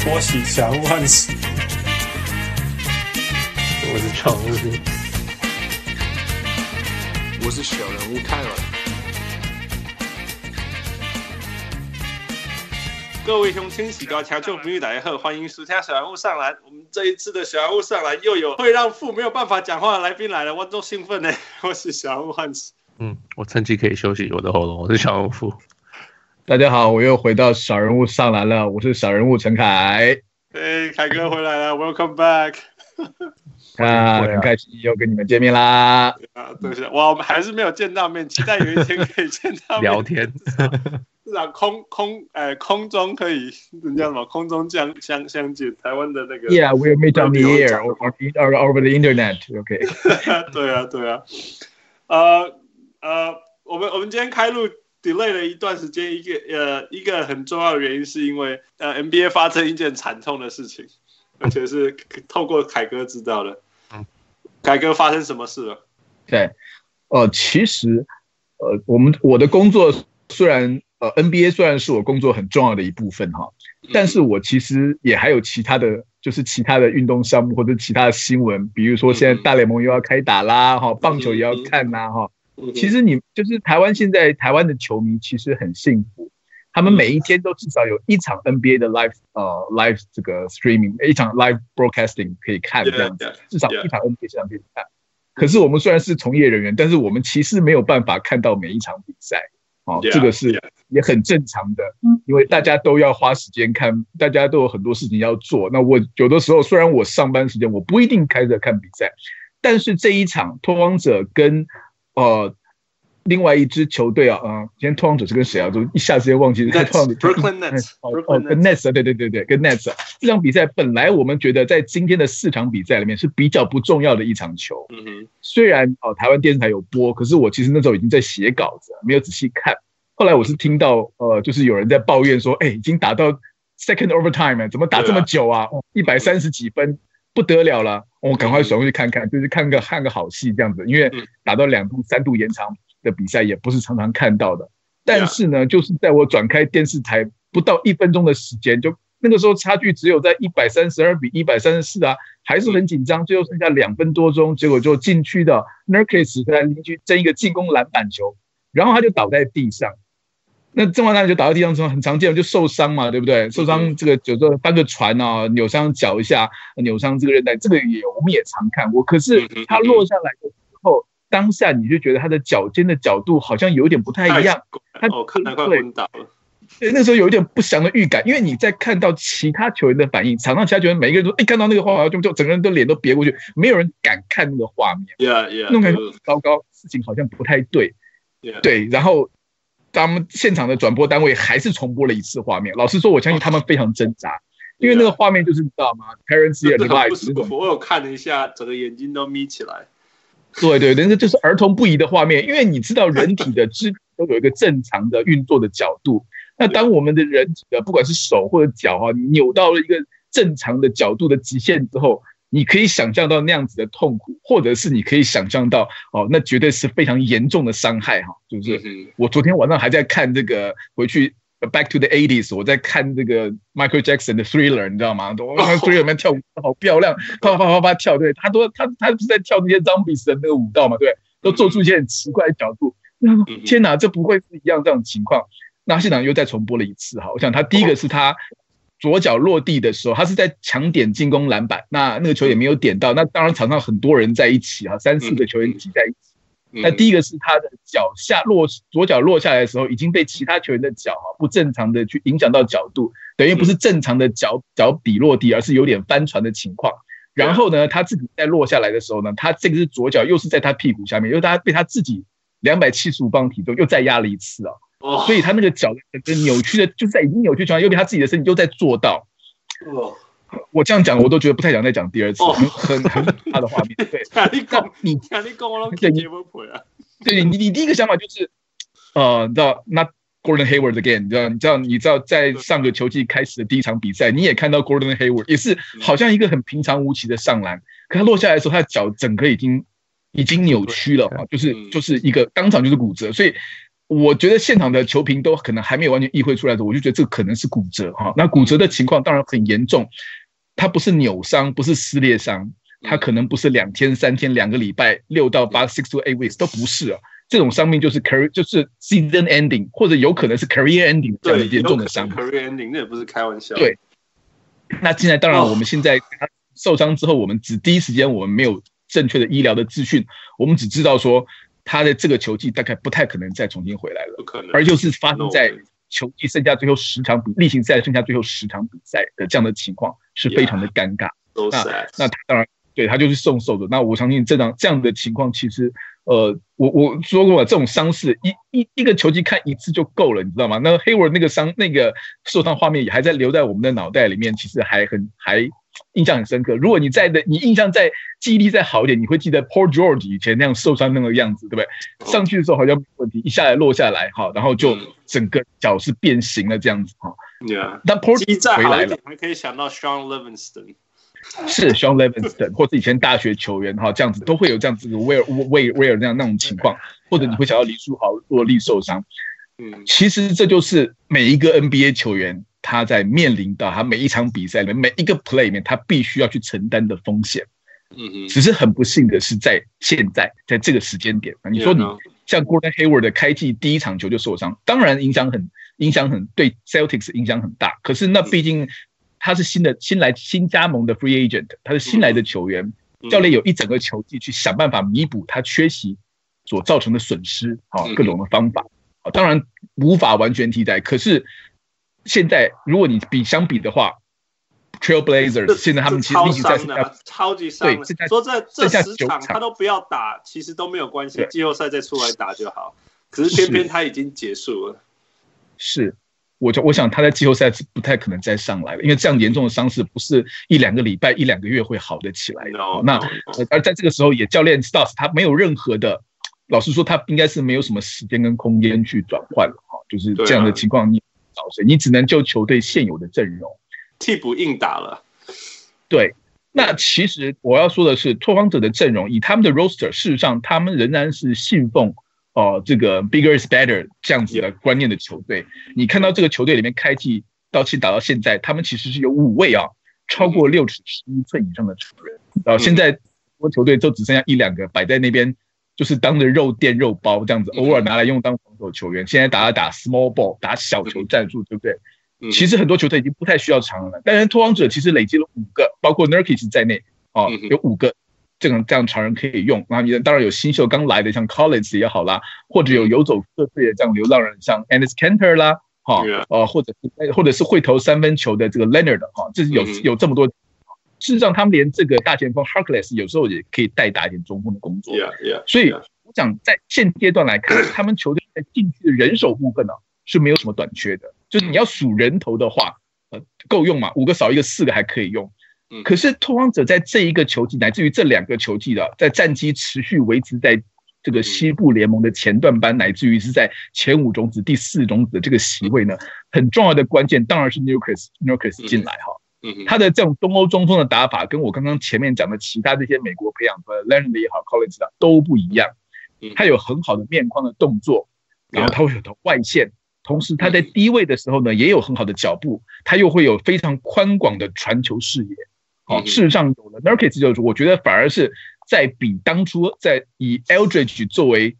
我喜祥万喜， 我是常务， 我是小人物泰尔。 各位乡亲、大家听众大家好，欢迎收听小人物上篮。我们这一次的小人物上篮又有会让父没有办法讲话的来宾来了，我多兴奋呢！我是小人物汉斯。 我趁机可以休息我的喉咙。我是小人物父。 大家好，我又回到小人物上篮了，我是小人物陈凯。 凯哥回来了 ，Welcome back 很开心又跟你们见面啦。 对，哇，我们还是没有见到面，期待有一天可以见到面聊天。 至少空中可以，人家什么空中相见，台湾的那个。 Yeah, we'll meet on the air or over the internet. OK 。 对啊。我们今天开录 delay 了一段时间，一个很重要的原因是因为NBA 发生一件惨痛的事情，而且是透过凯哥知道的。凯哥发生什么事了？ 对，其实我的工作虽然NBA 虽然是我工作很重要的一部分哈，但是我其实也还有其他的，就是其他的运动项目或者其他的新闻，比如说现在大联盟又要开打啦，哈，棒球也要看啦，哈。其实你就是台湾的球迷其实很幸福，他们每一天都至少有一场 NBA 的 live 这个 streaming， 一场 live broadcasting 可以看这样子，至少一场 NBA 上可以看。可是我们虽然是从业人员，但是我们其实没有办法看到每一场比赛，这个是也很正常的，因为大家都要花时间看，大家都有很多事情要做。那我有的时候虽然我上班时间我不一定开着看比赛，但是这一场拓荒者跟另外一支球队今天拓荒者是跟谁啊？就一下子间忘记了。 Brooklyn Nets， 跟 Nets， 对，跟 Nets。这场比赛本来我们觉得在今天的4场比赛里面是比较不重要的一场球。虽然台湾电视台有播，可是我其实那时候已经在写稿子，没有仔细看。后来我是听到就是有人在抱怨说，已经打到 second overtime 了，怎么打这么久啊？130几分，不得了了。我赶快转过去看看，就是看个好戏这样子，因为打到2度、3度延长的比赛也不是常常看到的。但是呢，就是在我转开电视台不到1分钟的时间，就那个时候差距只有在132比134啊，还是很紧张。最后剩下2分多钟，结果就禁区的 Nurkic 在邻居争一个进攻篮板球，然后他就倒在地上。那郑万丹就倒在地上之后，很常见就受伤嘛，对不对？受伤这个有时候翻个船啊，扭伤脚一下，扭伤这个韧带，这个我们也常看过。可是他落下来的时候，当下你就觉得他的脚尖的角度好像有点不太一样， 我看他快昏倒了。 对，那时候有一点不祥的预感，因为你在看到其他球员的反应，场上其他球员每一个人都看到那个画面就整个人都脸都别过去，没有人敢看那个画面。那种感觉糟糕，事情好像不太对。对，然后他们现场的转播单位还是重播了一次画面。老实说，我相信他们非常挣扎，因为那个画面就是你知道吗 ？Parents advice 那种。 我有看了一下，整个眼睛都眯起来。 对，那就是儿童不宜的画面，因为你知道人体的肢体都有一个正常的运作的角度。那当我们的人体的不管是手或者脚你扭到了一个正常的角度的极限之后，你可以想象到那样子的痛苦，或者是你可以想象到那绝对是非常严重的伤害就是我昨天晚上还在看这个回去 Back to the 80s， 我在看这个 Michael Jackson 的 Thriller， 你知道吗？Thriller 里面跳舞好漂亮，啪跳，对，他不是在跳那些 Zombies 的那个舞蹈嘛，对，都做出一些很奇怪的角度。天哪，这不会是一样这种情况？那现场又再重播了一次我想他第一个是他左脚落地的时候，他是在抢点进攻篮板，那个球也没有点到，那当然场上很多人在一起3-4个球员挤在一起。那第一个是他的左脚落下来的时候，已经被其他球员的脚不正常的去影响到角度，等于不是正常的脚底落地，而是有点翻船的情况。然后呢，他自己在落下来的时候呢，他这个是左脚又是在他屁股下面，因为他被他自己275磅体重又再压了一次所以他那个脚的扭曲的，就是在已经扭曲情况，又被他自己的身体又在做到。我这样讲，我都觉得不太想再讲第二次，很可怕的画面。对，你第一个想法就是，你知道 ，Not Gordon Hayward again， 你知道，在上个球季开始的第一场比赛，你也看到 Gordon Hayward 也是好像一个很平常无奇的上篮，可他落下来的时候，他的脚整个已经扭曲了就是一个当场就是骨折，所以我觉得现场的球评都可能还没有完全意会出来的，我就觉得这可能是骨折哈。那骨折的情况当然很严重，它不是扭伤，不是撕裂伤，它可能不是2天3天2个礼拜6到8 6 to 8 weeks 都不是啊。这种伤病就是 season ending， 或者有可能是 career ending 这样的严重的伤。 career ending 那也不是开玩笑。 对，那现在当然我们现在受伤之后，我们第一时间我们没有正确的医疗的资讯，我们只知道说他的这个球季大概不太可能再重新回来了， 不可能， 而就是发生在球季剩下最后10场例行赛剩下最后10场比赛的这样的情况，是非常的尴尬。那他当然对他就是送手的。那我相信这样的情况，其实我说过了，这种伤势一个球季看一次就够了，你知道吗？那 Hayward 那个受伤画面也还在留在我们的脑袋里面，其实还印象很深刻。如果你印象记忆力再好一点，你会记得 Paul George 以前那样受伤那个样子，对不对？上去的时候好像没问题，一下来落下来，然后就整个脚是变形了这样子哈。但 Paul George 回来了， 还可以想到 Sean Livingston。 是 Sean Livingston 或者以前大学球员这样子都会有这样子的 Ware 那种情况，或者你会想到李书豪落力受伤。其实这就是每一个 NBA 球员他在面临到他每一场比赛里面每一个 play 里面他必须要去承担的风险。只是很不幸的是在现在在这个时间点，你说你像 Gordon Hayward 的开季第一场球就受伤，当然影响很对 Celtics 影响很大，可是那毕竟他是新加盟的 free agent， 他是新来的球员，教练有一整个球季去想办法弥补他缺席所造成的损失，各种的方法，当然无法完全替代。可是现在如果你相比的话 ，Trailblazers 现在他们其实例行赛超级伤的，说这10场他都不要打，其实都没有关系，季后赛再出来打就好。可是偏偏他已经结束了， 是。我想他在季后赛是不太可能再上来了，因为这样严重的伤势不是1-2个礼拜、1-2个月会好得起来的。而在这个时候，教练 Stotts 他没有任何的，老实说，他应该是没有什么时间跟空间去转换了就是这样的情况，你找谁？你只能就球队现有的阵容， 替补硬打了。 对，那其实我要说的是，拓荒者的阵容以他们的 roster， 事实上他们仍然是信奉。这个 bigger is better 这样子的观念的球队，你看到这个球队里面开季到期打到现在，他们其实是有5位超过6尺11寸以上的球员，现在多球队就只剩下1-2个摆在那边，就是当着肉垫肉包这样子，偶尔拿来用当防守球员。现在打 small ball 打小球战术，对不对？其实很多球队已经不太需要长人了，但是拓荒者其实累积了5个，包括 Nurkic 在内有5个。这样常人可以用，然后你当然有新秀刚来的，像 Collins 也好啦，或者有游走各队的这样流浪人，像 Enes Kanter 啦，或者是会投3分球的这个 Leonard 这是有这么多。事实上，他们连这个大前锋 Harkless 有时候也可以代打一点中锋的工作。所以我想在现阶段来看，他们球队在禁区的人手部分是没有什么短缺的，就是你要数人头的话，够用嘛？5个少1个4个还可以用。可是拓荒者在这一个球季乃至于这2个球季在战绩持续维持在这个西部联盟的前段班，乃至于是在前5种子第4种子的这个席位呢，很重要的关键当然是 Nurkic 进来他的这种东欧中锋的打法跟我刚刚前面讲的其他这些美国培养的 Leonard 也好 Collins 都不一样，他有很好的面框的动作，然后他会有投外线，同时他在低位的时候呢也有很好的脚步，他又会有非常宽广的传球视野。事实上有了 Nurkic 就是我觉得反而是在比当初在以 Aldridge 作为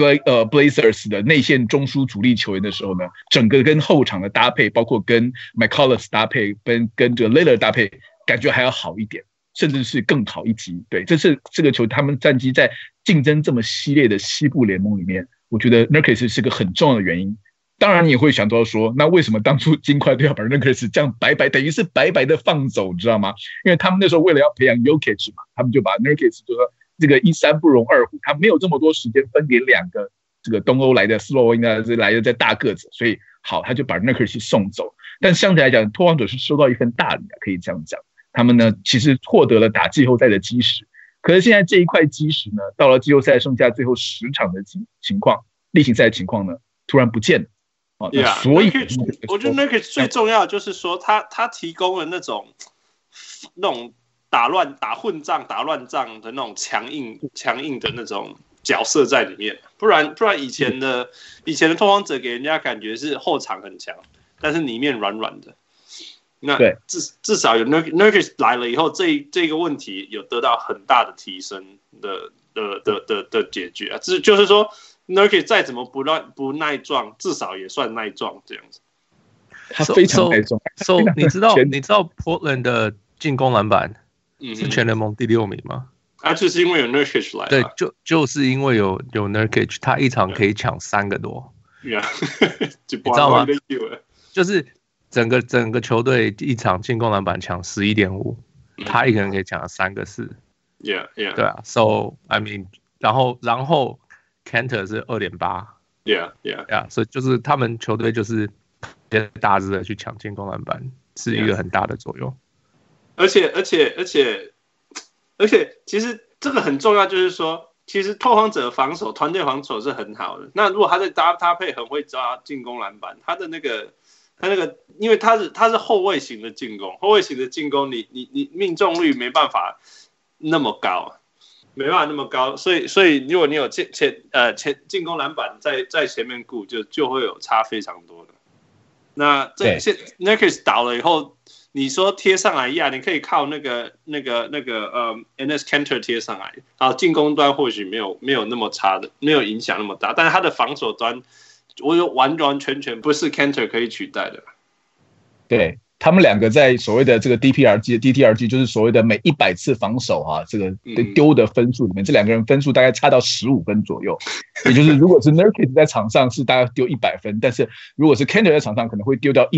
Blazers 的内线中枢主力球员的时候呢，整个跟后场的搭配，包括跟 McCollum 搭配，跟这个 Lillard 搭配，感觉还要好一点，甚至是更好一级。对，这是这个球他们战绩在竞争这么激烈的西部联盟里面，我觉得 Nurkic 是个很重要的原因。当然你也会想到说，那为什么当初金块队要把 Nurkic 这样等于是白白的放走，你知道吗？因为他们那时候为了要培养 Jokic 嘛，他们就把 Nurkic 就说这个1-3不容2虎，他没有这么多时间分给2个这个东欧来的斯洛文尼亚来的在大个子，所以好他就把 Nurkic 送走。但相对来讲，拓荒者是收到一份大礼，可以这样讲。他们呢其实获得了打季后赛的基石，可是现在这一块基石呢，到了季后赛剩下最后10场的情况，例行赛的情况呢，突然不见了。所以我觉得 Nurkic 最重要的就是说他提供了那种打混仗、打乱仗的那种强硬的那种角色在里面，不然以前的拓荒者给人家感觉是后场很强，但是里面软软的。那至少有 Nurkic 来了以后，这个问题有得到很大的提升的解决啊。就是说 Nurkic 再怎么不耐撞，至少也算耐撞这样子。 他非常耐撞。 你知道 Portland 的进攻篮板是全联盟第6名吗？ 就是因为有 Nurkic 来。 对，就是因为有 Nurkic， 他一场可以抢3个多。 你知道吗？就是整个球队一场进攻篮板抢11.5，他一个人可以抢3个4。对啊 ，So I mean， 然后 Kanter 是2.8。所以就是他们球队就是大致的去抢进攻篮板，是一个很大的作用。 而且，其实这个很重要，就是说，其实拓荒者防守团队防守是很好的。那如果他在搭配很会抓进攻篮板，他那个，因为他是后卫型的进攻，你命中率没办法那么高，所以如果你有前进攻篮板在前面顾，就会有差非常多的。那Nurkic 倒了以后，你说贴上来你可以靠那个Enes Kanter 贴上来，然后进攻端或许没有那么差的，没有影响那么大，但是他的防守端，我有完全不是 Kanter 可以取代的。 对，他们两个在所谓的这个 DTRG 就是所谓的每100次防守这个丢的分数里面，这两个人分数大概差到15分左右。也就是如果是 Nurkic 在场上是大概丢100分，但是如果是 Kanter 在场上可能会丢掉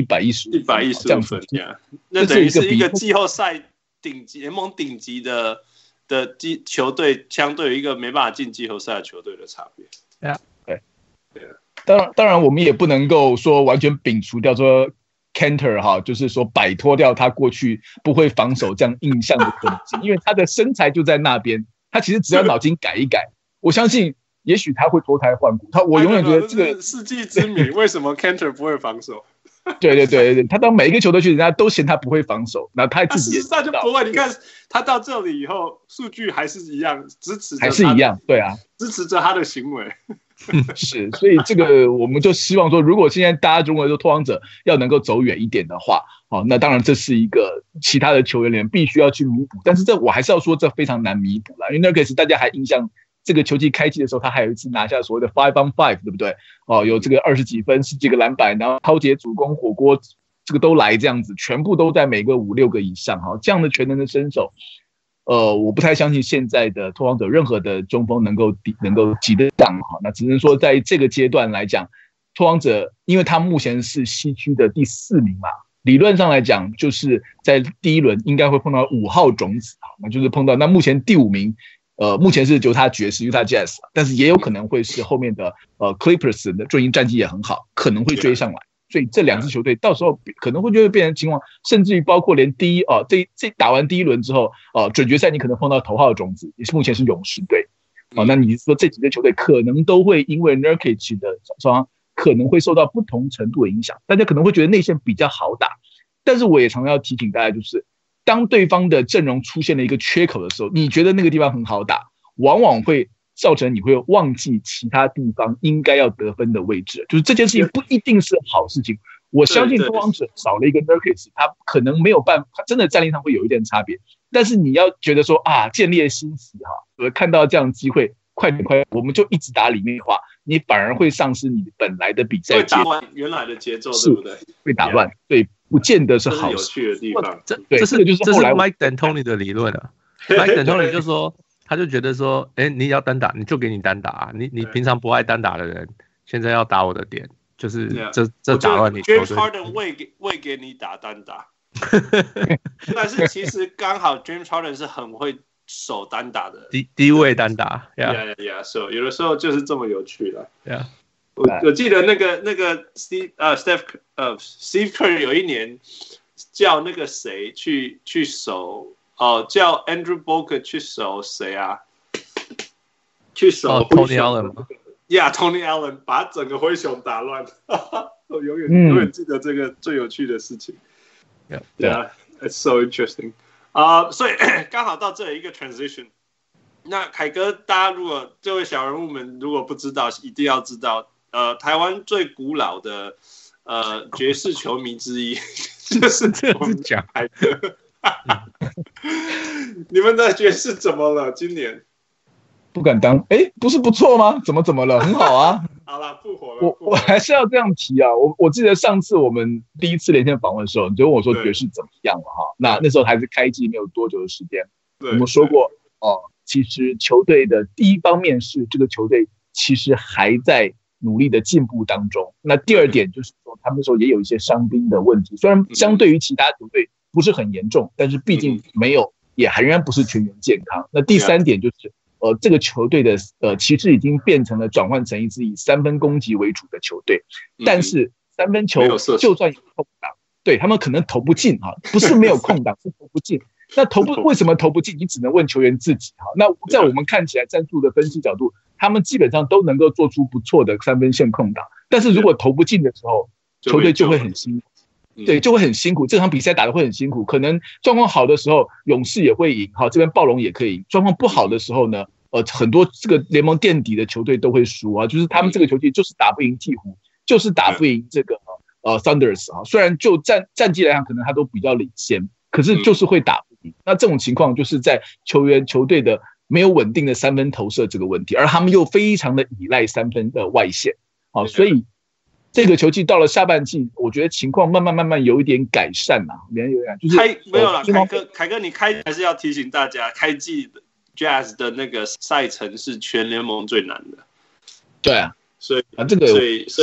115分。 那等于是一个季后赛联盟顶级的球队，相对于一个没办法进季后赛的球队的差别。 对。当然我们也不能够说完全摒除掉说Kanter 就是说摆脱掉他过去不会防守这样印象的痕迹，因为他的身材就在那边，他其实只要脑筋改一改，我相信也许他会脱胎换骨。我永远觉得这个世纪之谜，为什么 Kanter 不会防守？ 对，他到每一个球队去，人家都嫌他不会防守，然后他自己也事实上就不会。你看他到这里以后，数据还是一样， 还是一样，对啊， 支持着他的行为。 是，所以这个我们就希望说，如果现在大家认为说拓荒者要能够走远一点的话，那当然这是一个其他的球员联必须要去弥补，但是我还是要说这非常难弥补啦，因为 Nurkic 大家还印象，这个球季开季的时候，他还有一次拿下所谓的 5-on-5， 对不对？有这个20几分、10几个篮板，然后抄截、主攻、火锅，这个都来这样子，全部都在每个5、6个以上，这样的全能的身手。我不太相信现在的拓荒者任何的中锋能够及得上，那只能说在这个阶段来讲，拓荒者因为他目前是西区的第4名嘛，理论上来讲就是在第一轮应该会碰到5号种子，那就是碰到那目前第5名，目前是犹他爵士 Utah Jazz， 但是也有可能会是后面的Clippers 的最近战绩也很好，可能会追上来。所以这2支球队到时候可能会就会变成情况，甚至于包括连这打完第一轮之后，准决赛你可能碰到头号种子，也是目前是勇士队。那你说这几个球队可能都会因为 Nurkic 的伤可能会受到不同程度的影响，大家可能会觉得内线比较好打，但是我也常常要提醒大家，就是当对方的阵容出现了一个缺口的时候，你觉得那个地方很好打，往往会造成你会忘记其他地方应该要得分的位置，就是这件事情不一定是好事情。我相信拓荒者少了一个 Nurkic， 他可能没有办法，他真的战力上会有一点差别。但是你要觉得说建立欣喜看到这样的机会，快点，我们就一直打里面的话，你反而会丧失你本来的比赛， 会打乱原来的节奏，对不对？ 会打乱，对，不见得是好事。 有趣的地方， 这是 Mike D'Antoni 的理论啊。Mike D'Antoni 就说。他就觉得说，你要单打，你就给你单打你平常不爱单打的人，现在要打我的点，就是这打乱你球队。 James Harden 喂给你打单打，但是其实刚好 James Harden 是很会守单打的， 低位单打。 So 有的时候就是这么有趣了。 我记得那个 Steve Kerr 有一年叫那个谁去守。叫 Andrew Bogut 去守谁啊？去守 Tony Allen 吗 ？Tony Allen 把整个灰熊打乱。我永远记得这个最有趣的事情。It's so interesting. 所以刚好到这里一个 transition。 那凯哥，大家如果这位小人物们如果不知道，一定要知道，台湾最古老的爵士球迷之一就是我们讲凯哥。你们的爵士怎么了？今年不敢当，不是不错吗？怎么了？很好啊。 好了，复活了。 我还是要这样提啊。我记得上次我们第一次连线访问的时候，你就问我说爵士怎么样了哈？那时候还是开季没有多久的时间，我们说过其实球队的第一方面是这个球队其实还在努力的进步当中。那第二点就是说，他们那时候也有一些伤兵的问题，虽然相对于其他球队不是很严重，但是毕竟没有，也还仍然不是全员健康。那第三点就是这个球队的其实已经变成了转换成一支以三分攻击为主的球队，但是三分球就算有空档，对他们可能投不进哈，不是没有空档，是投不进。那为什么投不进？你只能问球员自己哈。那在我们看起来战术的分析角度，他们基本上都能够做出不错的三分线空档，但是如果投不进的时候，球队就会很辛苦。对，就会很辛苦，这场比赛打得会很辛苦。可能状况好的时候，勇士也会赢，好，这边暴龙也可以赢。状况不好的时候呢，很多这个联盟垫底的球队都会输啊，就是他们这个球队就是打不赢鹈鹕，就是打不赢这个Thunders 啊。虽然就战绩来讲，可能他都比较领先，可是就是会打不赢。那这种情况就是在球队的没有稳定的三分投射这个问题，而他们又非常的依赖三分的外线，好，所以。这个球季到了下半季，我觉得情况慢慢有一点改善啦，就是没有啦，凯哥，你还是要提醒大家，开季 Jazz 的那个赛程是全联盟最难的。 对啊， 所以这个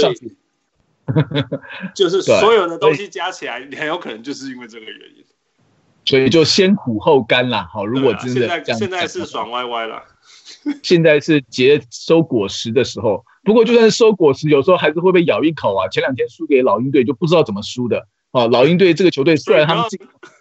就是所有的东西加起来，很有可能就是因为这个原因。 所以就先苦后甘啦。好，如果真的这样， 现在是爽歪歪啦。 现在是结收果实的时候，不过就算是收果实，有时候还是会被咬一口啊。前2天输给老鹰队就不知道怎么输的啊。老鹰队这个球队虽然他们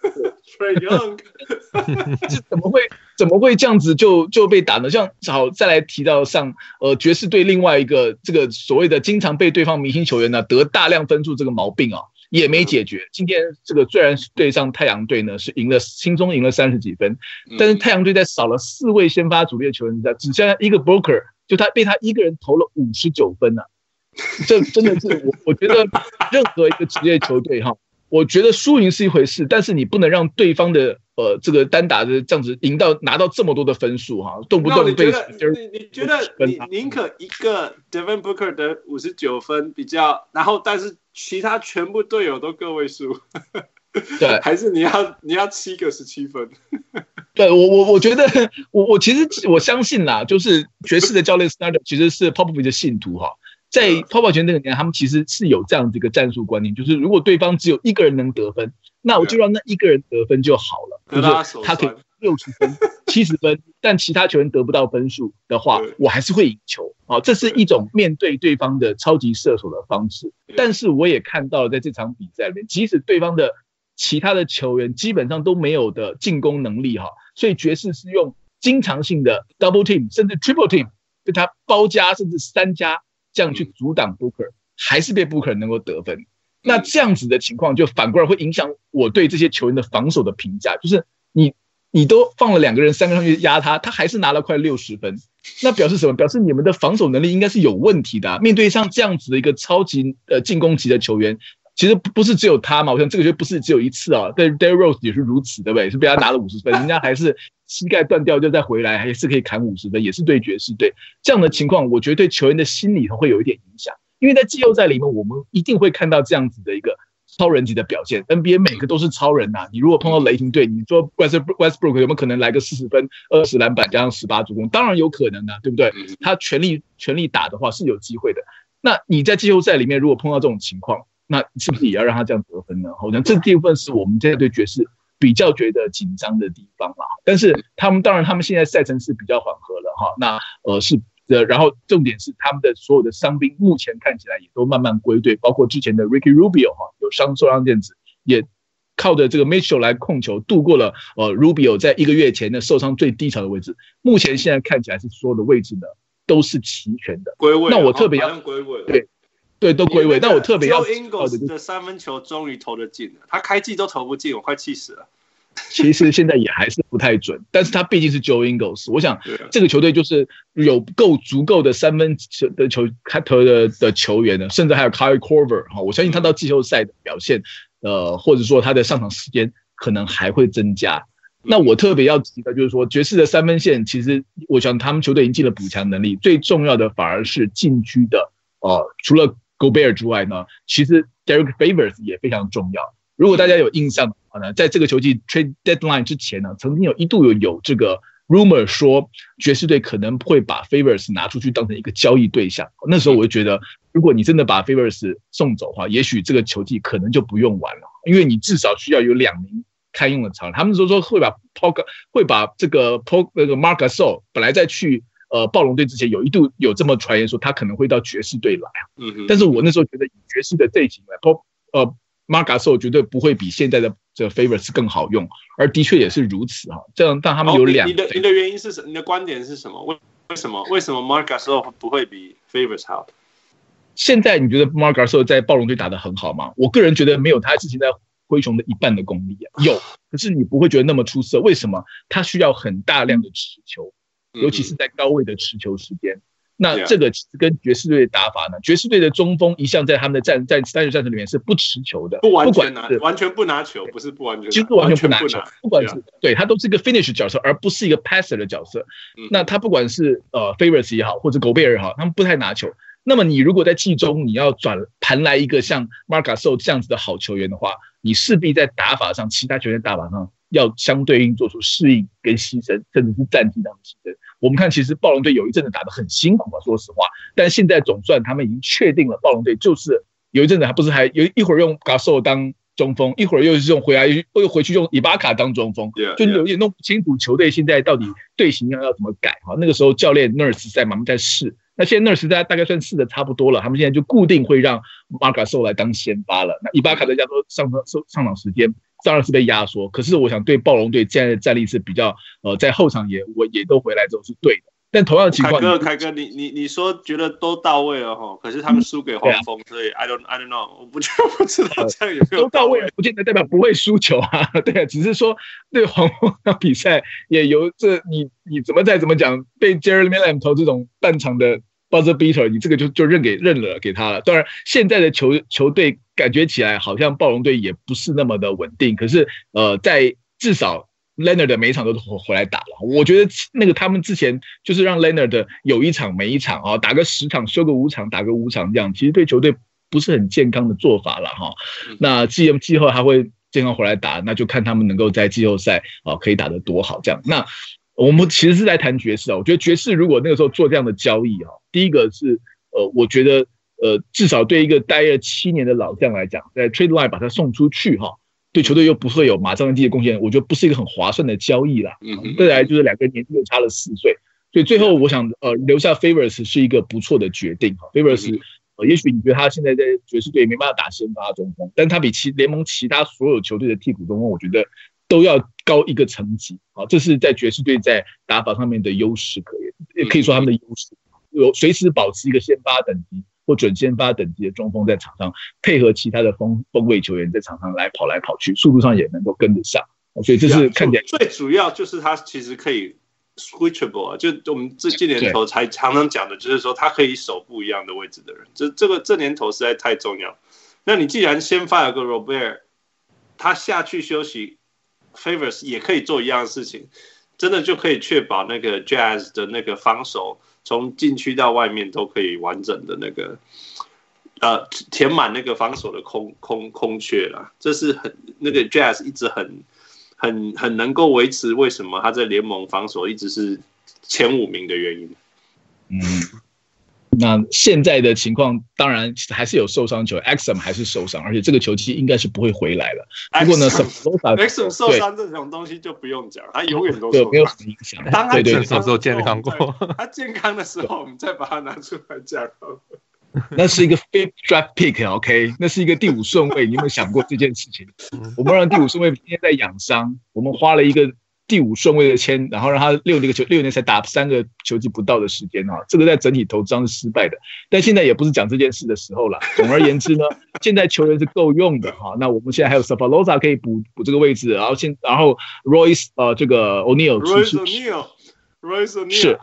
怎么会这样子就被打呢？像好再来提到像爵士队另外一个这个所谓的经常被对方明星球员呢得大量分数这个毛病啊。也没解决。今天这个虽然对上太阳队呢是轻松赢了30几分，但是太阳队在少了4位先发主力的球员，只剩下一个 Booker， 就他被他一个人投了59分啊！这真的是我觉得任何一个职业球队哈，我觉得输赢是一回事，但是你不能让对方的这个单打的这样子拿到这么多的分数哈，动不动被你觉得你宁可一个 Devin Booker 得59分比较，然后但是其他全部队友都个位数，对，还是你要7个17分？ 对，我觉得我其实我相信啦，就是爵士的教练 Snyder 其实是 Popovich 的信徒哈。在泡泡拳那个年代，他们其实是有这样的一个战术观念，就是如果对方只有一个人能得分，那我就让那一个人得分就好了，就是他可以60分、70分，但其他球员得不到分数的话，我还是会赢球啊。这是一种面对对方的超级射手的方式。但是我也看到了，在这场比赛里面，即使对方的其他的球员基本上都没有的进攻能力哈，所以爵士是用经常性的 double team 甚至 triple team 对他包夹甚至3加。这样去阻挡 Booker， 还是被 Booker 能够得分。那这样子的情况就反过来会影响我对这些球员的防守的评价，就是你都放了2个人3个上去压他，他还是拿了快60分，那表示什么？表示你们的防守能力应该是有问题的面对像这样子的一个超级进攻级的球员，其实不是只有他嘛，我想这个就不是只有一次啊，但 Derrick Rose 也是如此，对不对？是被他拿了50分，人家还是膝盖断掉就再回来，还是可以砍50分，也是对爵士队这样的情况，我觉得对球员的心理会有一点影响，因为在季后赛里面，我们一定会看到这样子的一个超人级的表现 ，NBA 每个都是超人呐。你如果碰到雷霆队，你说 Westbrook 有没有可能来个40分、20篮板加上18助攻？当然有可能啊，对不对？他全力打的话是有机会的。那你在季后赛里面如果碰到这种情况，那是不是也要让他这样得分呢？好像这部分是我们现在对爵士比较觉得紧张的地方啦。但是他们现在赛程是比较缓和了哈。那然后重点是他们的所有的伤兵目前看起来也都慢慢归队，包括之前的 Ricky Rubio 哈有受伤电子，也靠着这个 Mitchell 来控球度过了Rubio 在1个月前的受伤最低潮的位置。目前现在看起来是所有的位置呢都是齐全的。 归位， 那我特别要归位， 对，都归位。但我特别要 Joe Ingles 的3分球终于投得进了，他开季都投不进，我快气死了。 其实现在也还是不太准，但是他毕竟是 Joe Ingles， 我想这个球队就是有足够的三分的开头的球员呢，甚至还有 Kyle Korver 我相信他到季后赛的表现，或者说他的上场时间可能还会增加。那我特别要提的就是说，爵士的三分线其实我想他们球队已经尽了补强能力，最重要的反而是禁区的除了 Gobert 之外呢，其实 Derek Favors 也非常重要。如果大家有印象的话呢，在这个球季 trade deadline 之前呢，曾经一度有这个 rumor 说爵士队可能会把 Favors 拿出去当成一个交易对象。那时候我就觉得，如果你真的把 Favors 送走的话，也许这个球季可能就不用玩了，因为你至少需要有2名开用的场。他们说会把这个 Marc Gasol 本来在去暴龙队之前一度有这么传言说他可能会到爵士队来但是我那时候觉得以爵士的阵型来Marc Gasol 绝对不会比现在的这个 Favors 更好用，而的确也是如此这样让他们有两。 你的原因是什么？你的观点是什么？为什么 Marc Gasol 不会比 Favors 好？ 现在你觉得 Marc Gasol 在暴龙队打得很好吗？我个人觉得没有他之前在灰熊的一半的功力有，可是你不会觉得那么出色。为什么？他需要很大量的持球，尤其是在高位的持球时间。那这个其实跟爵士队的打法呢？爵士队的中锋一向在他们的单人战术里面是不持球的， 完全不拿球，不是不完全， 就是完全不拿球，不管是对他都是一个 finish 角色，而不是一个 passer 的角色。那他不管是Favors 也好，或者 Gobert 也好，他们不太拿球。那么你如果在季中你要盘来一个像 Marc Gasol 这样子的好球员的话，你势必在打法上，其他球员打法上要相对应做出适应跟牺牲，甚至是战绩上的牺牲。我们看，其实暴龙队有一阵子打得很辛苦说实话，但现在总算他们已经确定了，暴龙队就是有一阵子还有一会儿用 Gasol 当中锋，一会儿又是回去用伊巴卡当中锋，就有点弄不清楚球队现在到底队形要怎么改那个时候教练 Nurse 在慢慢在试。那现在 Nurse 大概算试的差不多了，他们现在就固定会让 Marc Gasol 来当先发了。那伊巴卡在家说上场时间当然是被压缩，可是我想对暴龙队现在的战力是比较在后场也都回来之后是对的。但同样的情况， 凯哥，你说觉得都到位了可是他们输给黄蜂，所以 I don't know， 我不知道这样有没有都到位了，不见得代表不会输球对只是说对黄蜂的比赛也有你怎么讲被 Jeremy Lamb 投这种半场的 buzzer beater， 你这个就认了给他了。当然，现在的球队感觉起来好像暴龙队也不是那么的稳定，可是在至少 Leonard 每一场都回来打了。我觉得那个他们之前就是让 Leonard 有一场没一场打个10场休个5场打个5场这样，其实对球队不是很健康的做法了那季后还会健康回来打，那就看他们能够在季后赛可以打得多好这样。那我们其实是在谈爵士我觉得爵士如果那个时候做这样的交易第一个是我觉得至少对一个待了7年的老将来讲，在 trade line 把他送出去对球队又不会有马上的贡献，我觉得不是一个很划算的交易啦。再来就是2个人年纪又差了4岁，所以最后我想留下 Favors 是一个不错的决定。Favors 也许你觉得他现在在爵士队没办法打先发中锋，但他比联盟其他所有球队的替补中锋，我觉得都要高一个层级这是在爵士队在打法上面的优势可言，也可以说他们的优势有随时保持一个先发等级或准先发等级的中锋在场上，配合其他的锋位球员在场上跑来跑去，速度上也能够跟得上，所以这是看起来最主要就是他其实可以 switchable 就我们这年头才常常讲的，就是说他可以守不一样的位置的人，这年头实在太重要。那你既然先发有个 Robert， 他下去休息 ，Favors 也可以做一样的事情，真的就可以确保那个 Jazz 的那个防守。从禁区到外面都可以完整的那个填满那个防守的空缺啦，这是那个 Jazz 一直很能够维持为什么他在联盟防守一直是前5名的原因。 那现在的情况当然还是有受伤球 ，Exum 还是受伤，而且这个球季应该是不会回来了。不过呢 ，Exum 受伤这种东西就不用讲，他永远都受伤， 没有什么影响。 当他什么时候健康过？ 他健康的时候，我们再把他拿出来讲。 那是一个 fifth draft pick，OK， 那是一个第5顺位。你有没有想过这件事情？我们让第5顺位今天在养伤，我们花了一个第5顺位的签，然后让他6年才打3个球季不到的时间这个在整体投资上是失败的。但现在也不是讲这件事的时候了。总而言之呢，现在球员是够用的那我们现在还有 Sapaloza 可以补这个位置，然后Royce 这个 O'Neal。Royce O'Neal，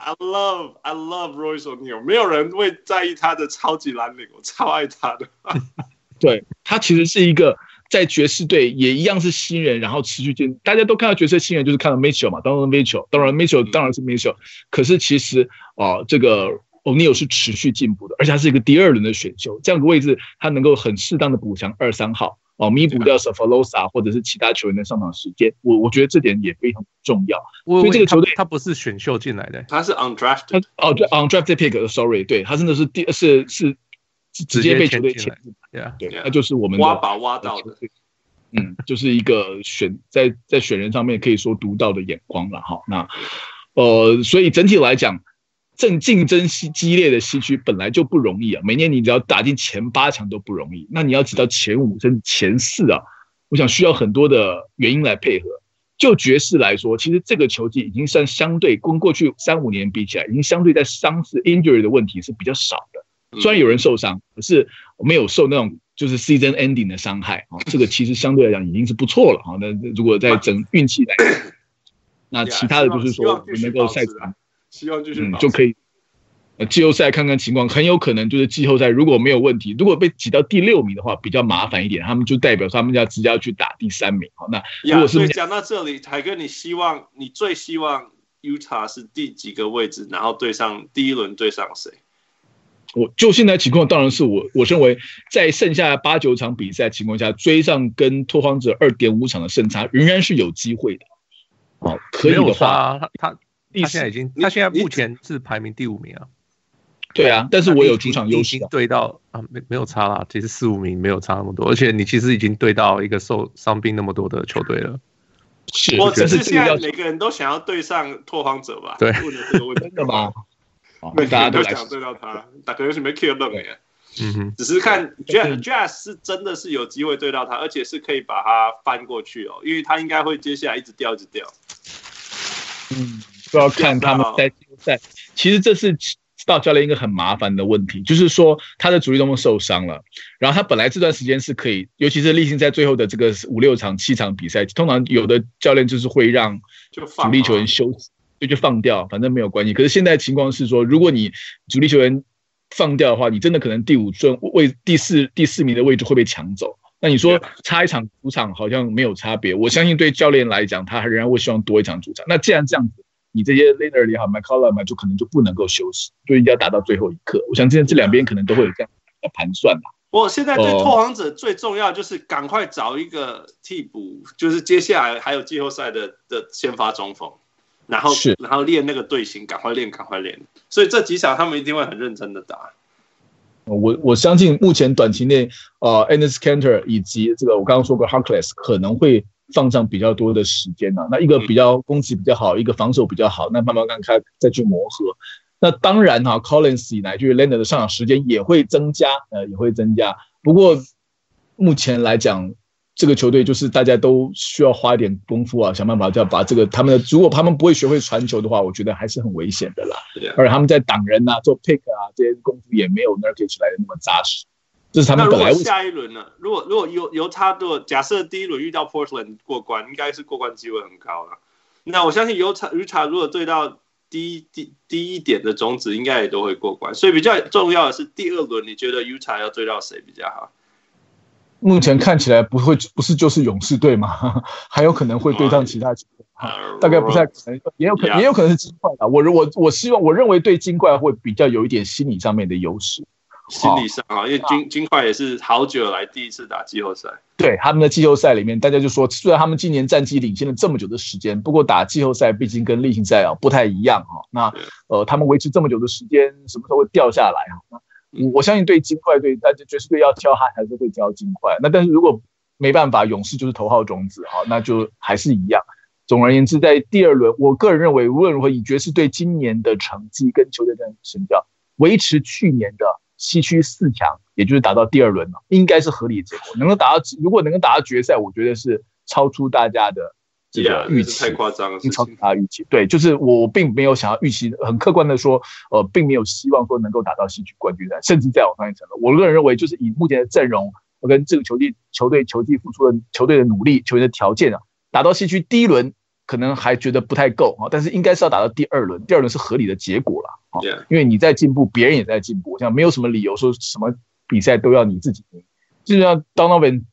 I love Royce O'Neal， 没有人会在意他的超级蓝领，我超爱他的。 对，他其实是一个在爵士队也一样是新人，然后持续进，大家都看到爵士新人就是看到 Mitchell 嘛，当然 Mitchell 当然是 Mitchell， 可是其实这个 O'Neal 是持续进步的，而且他是一个第2轮的选秀，这样的位置他能够很适当的补强2、3号弥补掉 Sapaloza 或者是其他球员的上场时间，我觉得这点也非常重要。所以这个球队他不是选秀进来的， 他是 undrafted， 对 undrafted pick，sorry， 对，他真的是是直接被球队签进来，对，那就是我们的挖到的， 就是一个在选人上面可以说独到的眼光了哈。那所以整体来讲，竞争激烈的西区本来就不容易啊，每年你只要打进前8强都不容易，那你要挤到前5甚至前4我想需要很多的原因来配合。就爵士来说，其实这个球季已经算相对跟过去3-5年比起来，已经相对在伤势 injury 的问题是比较少的。虽然有人受伤，可是没有受那种就是 season ending 的伤害这个其实相对来讲已经是不错了那如果在整运气来讲，那其他的就是说能够赛场， 希望继续就可以季后赛看看情况，很有可能就是季后赛如果没有问题，如果被挤到第6名的话比较麻烦一点，他们就代表他们要直接要去打第3名那如果是所以讲到这里，海哥，你最希望 Utah 是第几个位置，然后对上第1轮对上谁？ 我就现在情况，当然是我认为在剩下8、9场比赛情况下，追上跟拓荒者2.5场的胜差，仍然是有机会的。可以的话， 他现在目前是排名第5名啊。 对啊，但是我有主场优势， 对到没有差啦，其实4、5名没有差那么多，而且你其实已经对到一个受伤病那么多的球队了。 是， 我只是现在每个人都想要对上拓荒者吧？ 对， 问的这个问题真的吗？ 每个人都想对到他，大家是没 kill 冷的。只是看 Jazz 是真的是有机会对到他，而且是可以把他翻过去因为他应该会接下来一直掉。 就要看他们在季后赛。其实这是指导教练一个很麻烦的问题，就是说他的主力中锋受伤了，然后他本来这段时间是可以，尤其是例行在最后的这个5、6场、7场比赛，通常有的教练就是会让主力球员休息。就放掉，反正没有关系。可是现在情况是说，如果你主力球员放掉的话，你真的可能第5顺位、第4名的位置会被抢走。那你说差一场主场好像没有差别，我相信对教练来讲，他仍然会希望多一场主场。那既然这样子，你这些 Leonard 也好 McCollum 就可能就不能够休息，就一定要打到最后一刻。我想这两边可能都会有这样的盘算吧。 我现在对拓荒者最重要就是赶快找一个替补，就是接下来还有季后赛的先发中锋。然后练那个队形，赶快练。所以这几场他们一定会很认真的打。 我相信目前短期内Enes Kanter 以及这个我刚刚说过 Harkless 可能会放上比较多的时间那一个比较攻击比较好，一个防守比较好，那慢慢看再去磨合。那当然Collins 乃至于 Leonard 的上场时间也会增加。不过目前来讲，这个球队就是大家都需要花一点功夫想办法要把这个如果他们不会学会传球的话，我觉得还是很危险的啦。而他们在挡人做 pick 这些功夫也没有 Nurkic 来的那么扎实。这是他们本来。 那如果下一轮呢？如果犹他假设第1轮遇到 Portland 过关，应该是过关机会很高了。那我相信犹他如果对到低一点的种子，应该也都会过关。所以比较重要的是第2轮，你觉得 Utah 要对到谁比较好？ 目前看起来不是就是勇士队吗？还有可能会对上其他球队，大概不太可能，也有可能是金块啦。我认为对金块会比较有一点心理上面的优势。 心理上因为金块也是好久来第一次打季后赛。 对，他们的季后赛里面，大家就说，虽然他们今年战绩领先了这么久的时间，不过打季后赛毕竟跟例行赛不太一样那他们维持这么久的时间，什么时候会掉下来我相信对金块队，爵士队要挑他还是会挑金块。那但是如果没办法，勇士就是头号种子那就还是一样。总而言之，在第2轮，我个人认为无论如何，以爵士队今年的成绩跟球队的成效，维持去年的西区4强，也就是打到第2轮应该是合理的结果。如果能够打到决赛，我觉得是超出大家的这个预期， 太夸张了， 超出他的预期。对，就是我并没有想要预期，很客观的说，并没有希望说能够打到西区冠军赛，甚至再往上一层楼。我个人认为，就是以目前的阵容跟这个球队付出的球队的努力、球员的条件啊，打到西区第一轮可能还觉得不太够啊，但是应该是要打到第二轮，第二轮是合理的结果了啊，因为你在进步，别人也在进步，像没有什么理由说什么比赛都要你自己赢。就像Donovan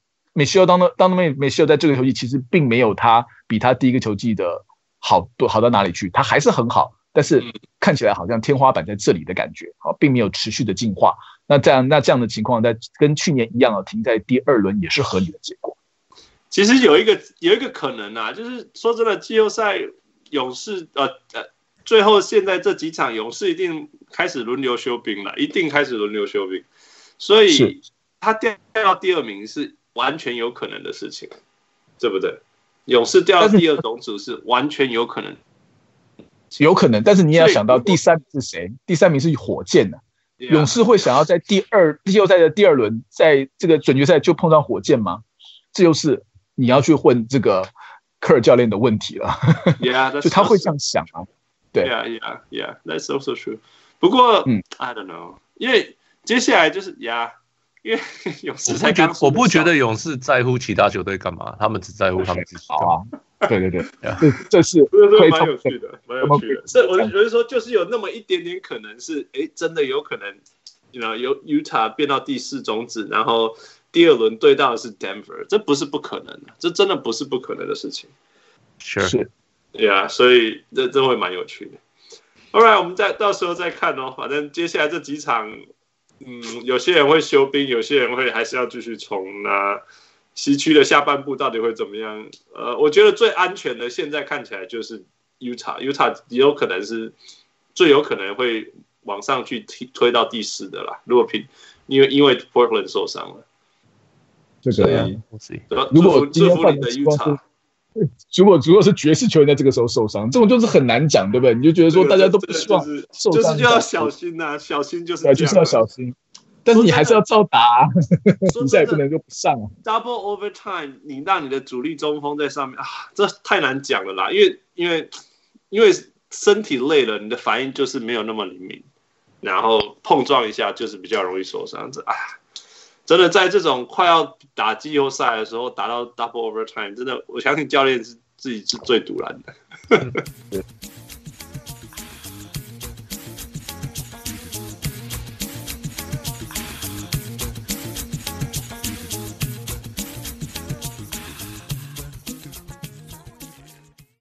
Mitchell在这个球季其实并没有他比他第一个球季的好到哪里去，他还是很好，但是看起来好像天花板在这里的感觉，并没有持续的进化。那这样的情况，在跟去年一样停在第二轮也是合理的结果。 其实有一个可能啊，就是说真的，季后赛勇士最后现在这几场勇士一定开始轮流休兵了，一定开始轮流休兵，所以他掉到第二名是完全有可能的事情，对不对？勇士掉到第二种组是完全有可能， 有可能。但是你也要想到第三名是谁？第三名是火箭的。勇士会想要在季后赛的第二轮，在这个准决赛就碰到火箭吗？这就是你要去问这个科尔教练的问题了。就他会这样想啊。对 ，Yeah, that's also true. 不过I don't know， 因为接下来就是因为勇士才刚， 我不觉得勇士在乎其他球队干嘛，他们只在乎他们自己。 好啊，对，这是蛮有趣的，蛮有趣的。这我觉得说，就是有那么一点点可能是，真的有可能，由 Utah 变到第4种子，然后第二轮对到的是 Denver， 这不是不可能的，这真的不是不可能的事情。 是 ，Yeah， 所以这会蛮有趣的。All right， 我们到时候再看哦。反正接下来这几场。有些人会休兵，有些人会还是要继续冲。那西区的下半部到底会怎么样？我觉得最安全的现在看起来就是 Utah 也有可能是最有可能会往上去推到第4的啦。如果因为 Portland 受伤了， 这个如果祝福你的 Utah。 如果是爵士球员在这个时候受伤，这种就是很难讲，对不对？你就觉得说大家都不希望受伤， 就是要小心呐，小心就是就是要小心。但是你还是要照打，比赛也不能就不上啊。 Double overtime， 你让你的主力中锋在上面这太难讲了啦，因为身体累了，你的反应就是没有那么灵敏，然后碰撞一下就是比较容易受伤。真的在这种快要打季后赛的时候打到 double overtime， 真的我相信教练自己是最堵拦的。